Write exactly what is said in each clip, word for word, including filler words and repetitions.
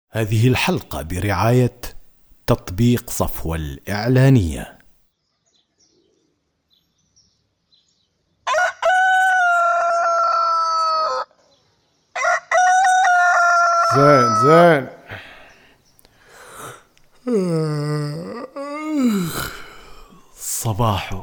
هذه الحلقة برعاية تطبيق صفوة الإعلانية. زين زين صباحو.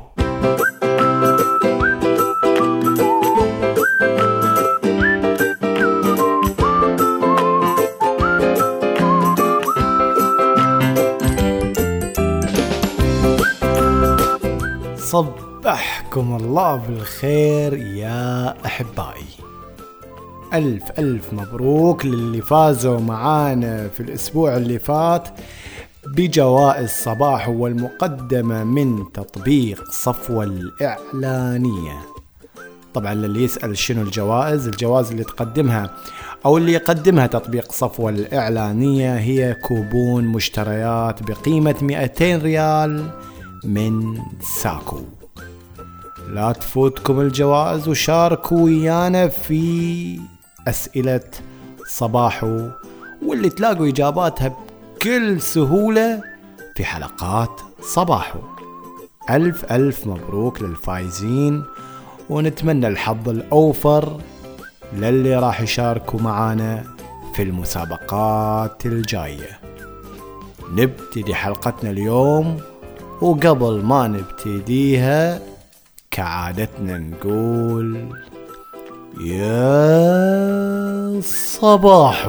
صبحكم الله بالخير يا أحبائي، ألف ألف مبروك للي فازوا معانا في الأسبوع اللي فات بجوائز صباح والمقدمة من تطبيق صفوة الإعلانية. طبعا للي يسأل شنو الجوائز، الجوائز اللي تقدمها أو اللي يقدمها تطبيق صفوة الإعلانية هي كوبون مشتريات بقيمة مئتين ريال من ساكو. لا تفوتكم الجوائز وشاركوا ويانا في أسئلة صباحو واللي تلاقوا إجاباتها بكل سهولة في حلقات صباحو. ألف ألف مبروك للفائزين، ونتمنى الحظ الأوفر للي راح يشاركوا معانا في المسابقات الجاية. نبتدي حلقتنا اليوم، وقبل ما نبتديها كعادتنا نقول يا صباحو.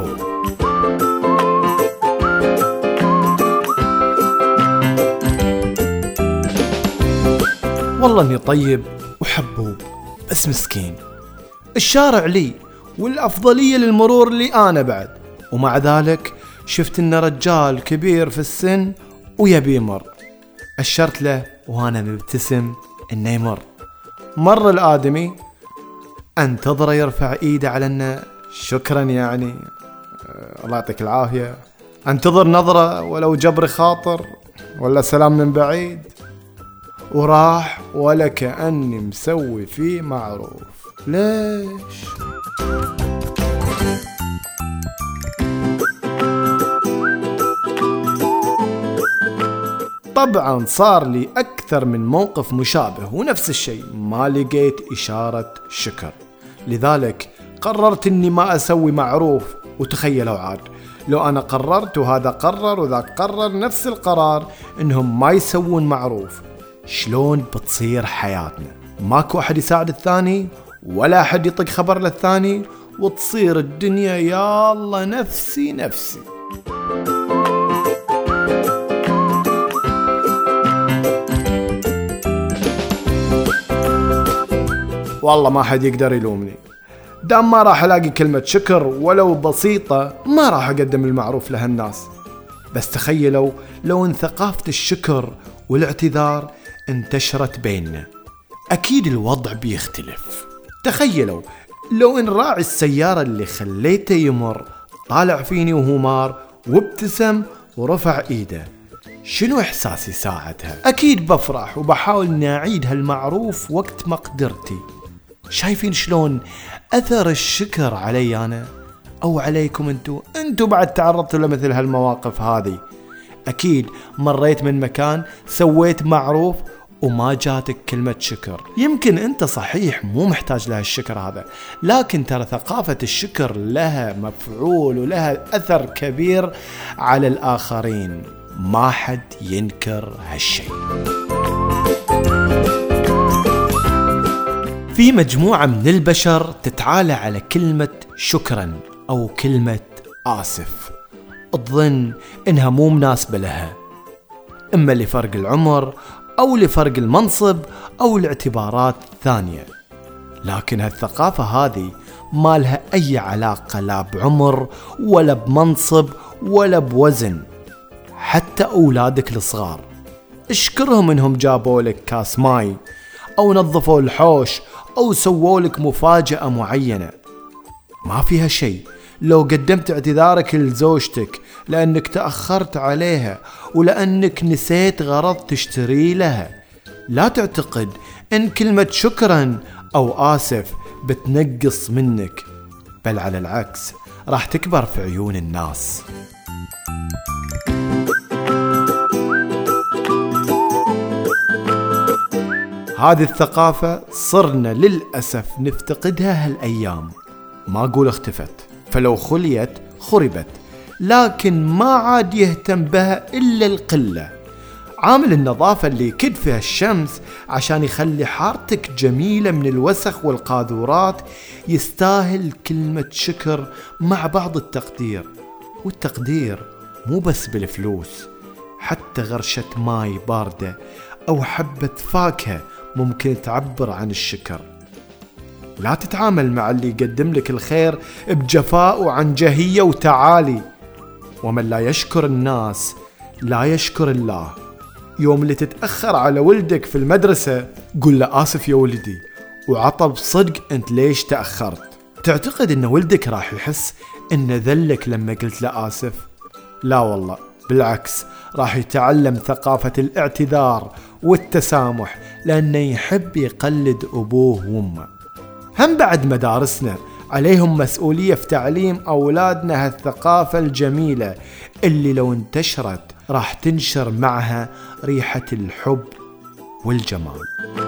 والله اني طيب وحبوب بس مسكين، الشارع لي والأفضلية للمرور لي أنا بعد، ومع ذلك شفت إن رجال كبير في السن ويبي يمر، أشرت له وأنا مبتسم إنه يمر. مر الآدمي، انتظر يرفع إيده على إنه شكرا يعني أه الله يعطيك العافية، انتظر نظرة ولو جبر خاطر ولا سلام من بعيد، وراح ولا كأني مسوي فيه معروف. ليش؟ طبعا صار لي أكثر من موقف مشابه ونفس الشيء ما لقيت إشارة شكر، لذلك قررت إني ما أسوي معروف. وتخيلوا عاد لو أنا قررت وهذا قرر وذاك قرر نفس القرار إنهم ما يسوون معروف، شلون بتصير حياتنا؟ ماكو أحد يساعد الثاني ولا أحد يطق خبر للثاني، وتصير الدنيا يا الله نفسي نفسي. والله ما حد يقدر يلومني، دام ما راح ألاقي كلمة شكر ولو بسيطة ما راح أقدم المعروف لهالناس. بس تخيلوا لو ان ثقافة الشكر والاعتذار انتشرت بيننا، أكيد الوضع بيختلف. تخيلوا لو ان راعي السيارة اللي خليته يمر طالع فيني وهو مار وابتسم ورفع ايده، شنو إحساسي ساعتها؟ أكيد بفرح وبحاول إني أعيد هالمعروف وقت مقدرتي. شايفين شلون أثر الشكر علي أنا أو عليكم أنتو؟ أنتو بعد تعرضتوا لمثل هالمواقف هذه، أكيد مريت من مكان سويت معروف وما جاتك كلمة شكر. يمكن أنت صحيح مو محتاج لها الشكر هذا، لكن ترى ثقافة الشكر لها مفعول ولها أثر كبير على الآخرين، ما حد ينكر هالشيء. في مجموعة من البشر تتعالى على كلمة شكرا أو كلمة آسف، تظن إنها مو مناسبة لها، إما لفرق العمر أو لفرق المنصب أو لاعتبارات ثانية. لكن هالثقافة هذه ما لها أي علاقة لا بعمر ولا بمنصب ولا بوزن. حتى أولادك الصغار اشكرهم إنهم جابوا لك كاس ماي أو نظفوا الحوش أو سووا لك مفاجأة معينة، ما فيها شيء لو قدمت اعتذارك لزوجتك لأنك تأخرت عليها ولأنك نسيت غرض تشتري لها. لا تعتقد إن كلمة شكرا أو آسف بتنقص منك، بل على العكس راح تكبر في عيون الناس. هذه الثقافة صرنا للأسف نفتقدها هالأيام. ما أقول اختفت، فلو خليت خربت، لكن ما عاد يهتم بها إلا القلة. عامل النظافة اللي يكد فيها الشمس عشان يخلي حارتك جميلة من الوسخ والقاذورات يستاهل كلمة شكر مع بعض التقدير. والتقدير مو بس بالفلوس، حتى غرشة ماي باردة أو حبة فاكهة ممكن تعبر عن الشكر. لا تتعامل مع اللي يقدم لك الخير بجفاء وعنجهية وتعالي. ومن لا يشكر الناس لا يشكر الله. يوم اللي تتأخر على ولدك في المدرسة قل له آسف يا ولدي، وعطب صدق أنت ليش تأخرت. تعتقد أن ولدك راح يحس أن ذلك لما قلت له آسف؟ لا والله، بالعكس، راح يتعلم ثقافة الاعتذار والتسامح، لأنه يحب يقلد أبوه وأمه. هم بعد مدارسنا عليهم مسؤولية في تعليم أولادنا هالثقافة الجميلة اللي لو انتشرت راح تنشر معها ريحة الحب والجمال.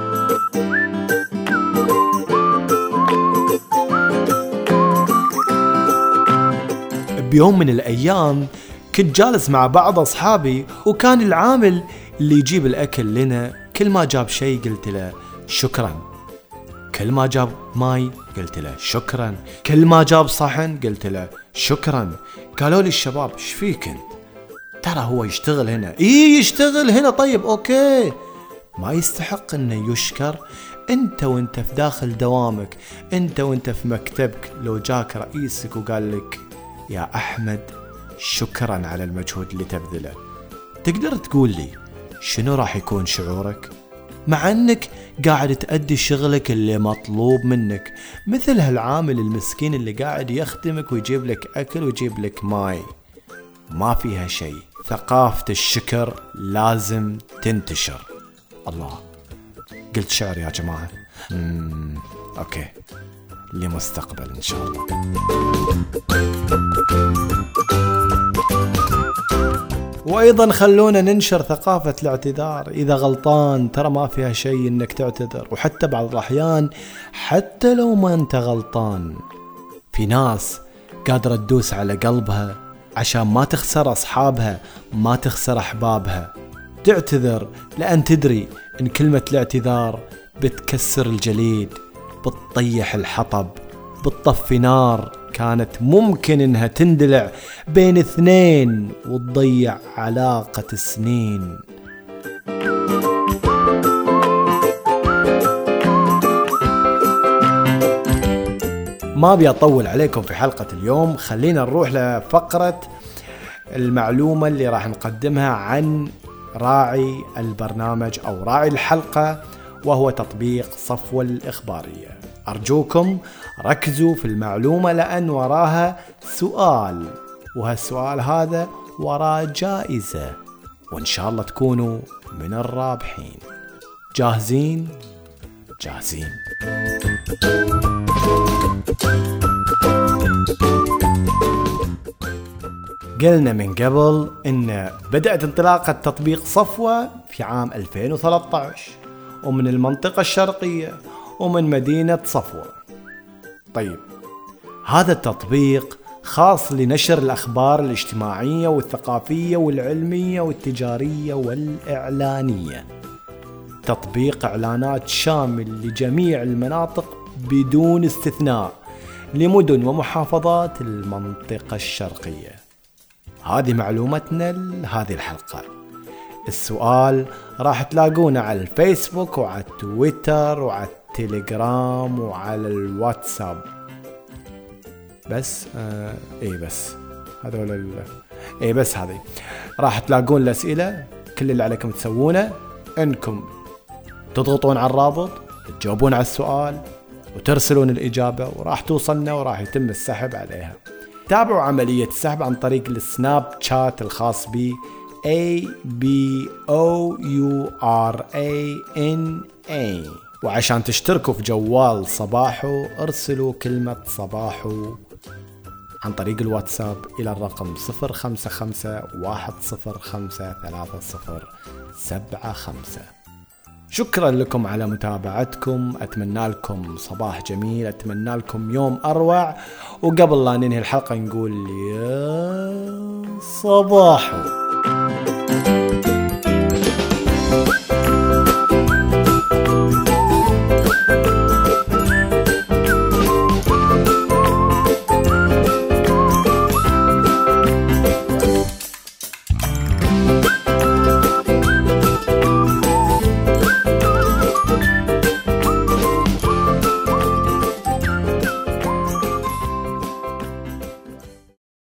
بيوم من الأيام كنت جالس مع بعض أصحابي، وكان العامل اللي يجيب الأكل لنا كل ما جاب شيء قلت له شكرا، كل ما جاب ماي قلت له شكرا، كل ما جاب صحن قلت له شكرا. قالوا لي الشباب ايش فيك انت؟ ترى هو يشتغل هنا. ايه يشتغل هنا، طيب اوكي، ما يستحق انه يشكر؟ انت وانت في داخل دوامك، انت وانت في مكتبك، لو جاك رئيسك وقال لك يا احمد شكرا على المجهود اللي تبذله، تقدر تقول لي شنو راح يكون شعورك؟ مع انك قاعد تأدي شغلك اللي مطلوب منك، مثل هالعامل المسكين اللي قاعد يخدمك ويجيب لك اكل ويجيب لك ماي. ما فيها شيء. ثقافة الشكر لازم تنتشر. الله، قلت شعر يا جماعة. مم. اوكي، لمستقبل ان شاء الله. وأيضا خلونا ننشر ثقافة الاعتذار. إذا غلطان ترى ما فيها شيء إنك تعتذر، وحتى بعض الأحيان حتى لو ما أنت غلطان، في ناس قادرة تدوس على قلبها عشان ما تخسر أصحابها، ما تخسر أحبابها. تعتذر لأن تدري إن كلمة الاعتذار بتكسر الجليد، بتطيح الحطب، بتطفي نار كانت ممكن إنها تندلع بين اثنين وتضيع علاقة سنين. ما أبي أطول عليكم في حلقة اليوم، خلينا نروح لفقرة المعلومة اللي راح نقدمها عن راعي البرنامج أو راعي الحلقة، وهو تطبيق صفوة الإخبارية. أرجوكم ركزوا في المعلومة لأن وراها سؤال، وهالسؤال هذا وراه جائزة، وإن شاء الله تكونوا من الرابحين. جاهزين؟ جاهزين. قلنا من قبل إن بدأت انطلاقة تطبيق صفوة في عام ألفين وثلاثة عشر، ومن المنطقة الشرقية ومن مدينة صفوة. طيب، هذا التطبيق خاص لنشر الأخبار الاجتماعية والثقافية والعلمية والتجارية والإعلانية. تطبيق إعلانات شامل لجميع المناطق بدون استثناء، لمدن ومحافظات المنطقة الشرقية. هذه معلومتنا لهذه الحلقة. السؤال راح تلاقونه على الفيسبوك وعلى التويتر وعلى التليجرام وعلى الواتساب. بس آه ايه بس هذول ال... ايه بس هذه راح تلاقون الأسئلة. كل اللي عليكم تسوونه انكم تضغطون على الرابط، تجاوبون على السؤال وترسلون الإجابة، وراح توصلنا وراح يتم السحب عليها. تابعوا عملية السحب عن طريق السناب شات الخاص بي A B O U R A N A. وعشان تشتركوا في جوال صباحو ارسلوا كلمة صباحو عن طريق الواتساب إلى الرقم صفر خمسة خمسة واحد صفر خمسة ثلاثة صفر سبعة خمسة. شكرا لكم على متابعتكم، أتمنى لكم صباح جميل، أتمنى لكم يوم أروع، وقبل لا ننهي الحلقة نقول يا صباحو.